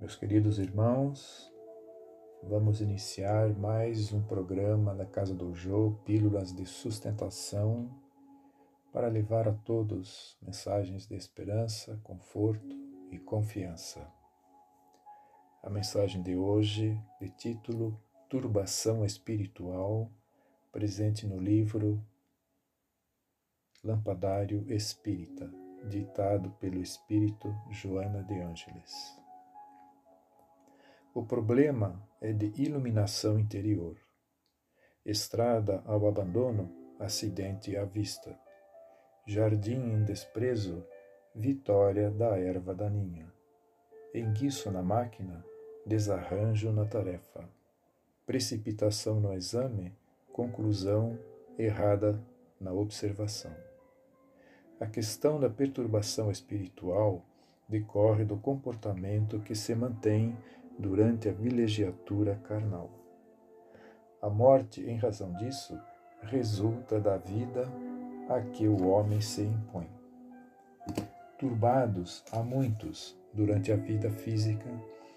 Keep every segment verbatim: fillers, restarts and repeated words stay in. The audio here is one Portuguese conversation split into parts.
Meus queridos irmãos, vamos iniciar mais um programa da Casa do Jô, Pílulas de Sustentação, para levar a todos mensagens de esperança, conforto e confiança. A mensagem de hoje, de título Turbação Espiritual, presente no livro Lampadário Espírita, ditado pelo Espírito Joana de Ângeles. O problema é de iluminação interior. Estrada ao abandono, acidente à vista. Jardim em desprezo, vitória da erva daninha. Enguiço na máquina, desarranjo na tarefa. Precipitação no exame, conclusão errada na observação. A questão da perturbação espiritual decorre do comportamento que se mantém durante a vilegiatura carnal. A morte, em razão disso, resulta da vida a que o homem se impõe. Turbados há muitos durante a vida física,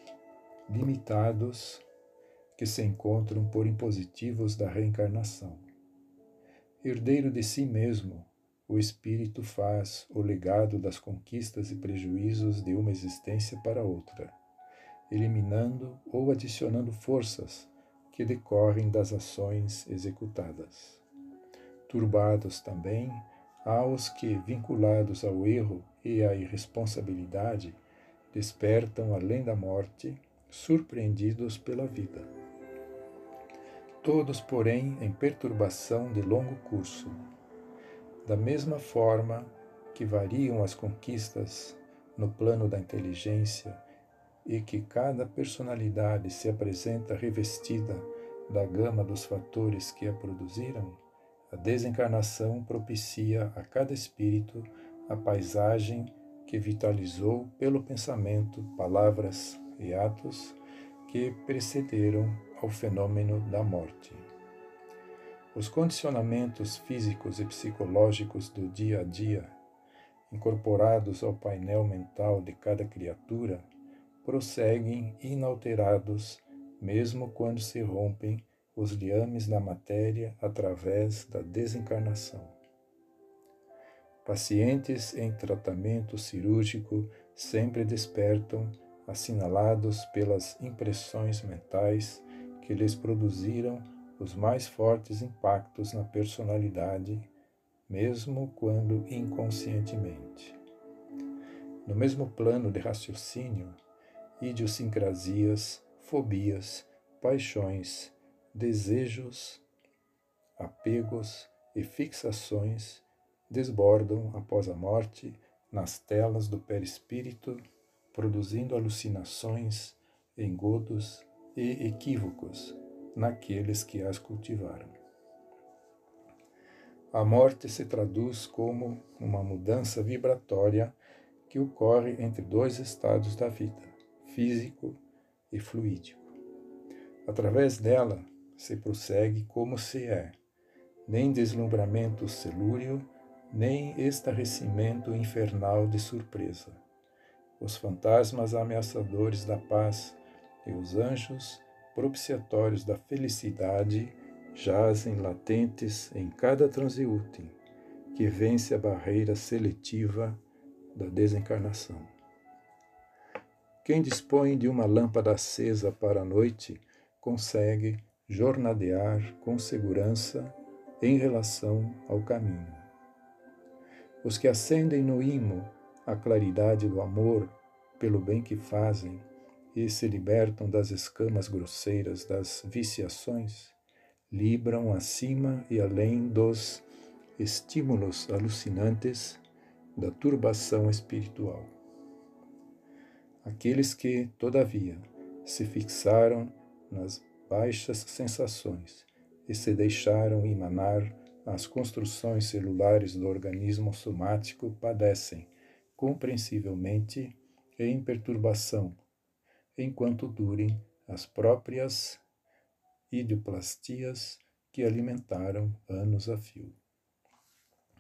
limitados, que se encontram por impositivos da reencarnação. Herdeiro de si mesmo, o espírito faz o legado das conquistas e prejuízos de uma existência para outra, eliminando ou adicionando forças que decorrem das ações executadas. Turbados também há os que, vinculados ao erro e à irresponsabilidade, despertam além da morte, surpreendidos pela vida. Todos, porém, em perturbação de longo curso. Da mesma forma que variam as conquistas no plano da inteligência e que cada personalidade se apresenta revestida da gama dos fatores que a produziram, a desencarnação propicia a cada espírito a paisagem que vitalizou pelo pensamento, palavras e atos que precederam ao fenômeno da morte. Os condicionamentos físicos e psicológicos do dia a dia, incorporados ao painel mental de cada criatura, prosseguem inalterados, mesmo quando se rompem os liames da matéria através da desencarnação. Pacientes em tratamento cirúrgico sempre despertam, assinalados pelas impressões mentais que lhes produziram os mais fortes impactos na personalidade, mesmo quando inconscientemente. No mesmo plano de raciocínio, idiosincrasias, fobias, paixões, desejos, apegos e fixações desbordam após a morte nas telas do perispírito, produzindo alucinações, engodos e equívocos naqueles que as cultivaram. A morte se traduz como uma mudança vibratória que ocorre entre dois estados da vida, físico e fluídico. Através dela se prossegue como se é, nem deslumbramento celúreo, nem estarrecimento infernal de surpresa. Os fantasmas ameaçadores da paz e os anjos propiciatórios da felicidade jazem latentes em cada transeúnte que vence a barreira seletiva da desencarnação. Quem dispõe de uma lâmpada acesa para a noite consegue jornadear com segurança em relação ao caminho. Os que acendem no imo a claridade do amor pelo bem que fazem e se libertam das escamas grosseiras das viciações, libram acima e além dos estímulos alucinantes da turbação espiritual. Aqueles que, todavia, se fixaram nas baixas sensações e se deixaram emanar as construções celulares do organismo somático padecem, compreensivelmente, em perturbação, enquanto durem as próprias idioplastias que alimentaram anos a fio.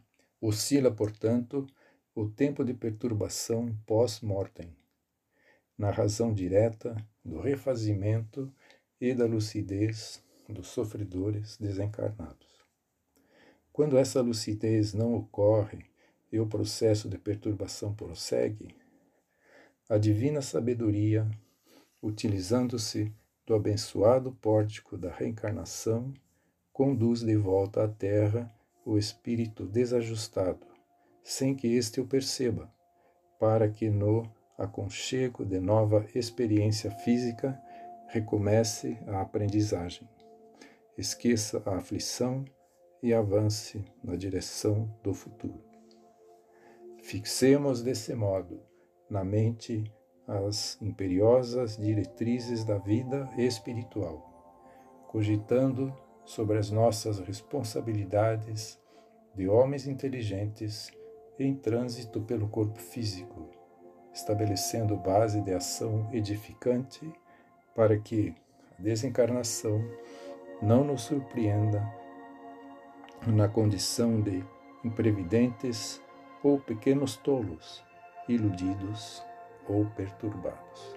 Oscila, portanto, o tempo de perturbação pós-mortem. na razão direta do refazimento e da lucidez dos sofredores desencarnados. Quando essa lucidez não ocorre e o processo de perturbação prossegue, a divina sabedoria, utilizando-se do abençoado pórtico da reencarnação, conduz de volta à Terra o espírito desajustado, sem que este o perceba, para que no aconchego de nova experiência física recomece a aprendizagem, esqueça a aflição e avance na direção do futuro. Fixemos desse modo na mente as imperiosas diretrizes da vida espiritual, cogitando sobre as nossas responsabilidades de homens inteligentes em trânsito pelo corpo físico, estabelecendo base de ação edificante para que a desencarnação não nos surpreenda na condição de imprevidentes ou pequenos tolos, iludidos ou perturbados.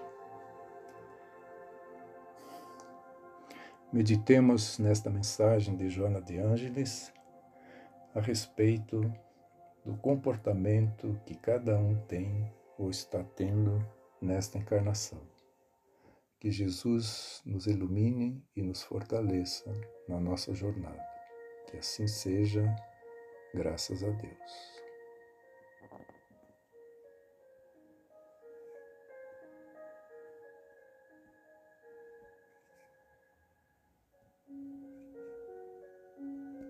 Meditemos nesta mensagem de Joana de Ângeles a respeito do comportamento que cada um tem ou está tendo nesta encarnação. Que Jesus nos ilumine e nos fortaleça na nossa jornada. Que assim seja, graças a Deus.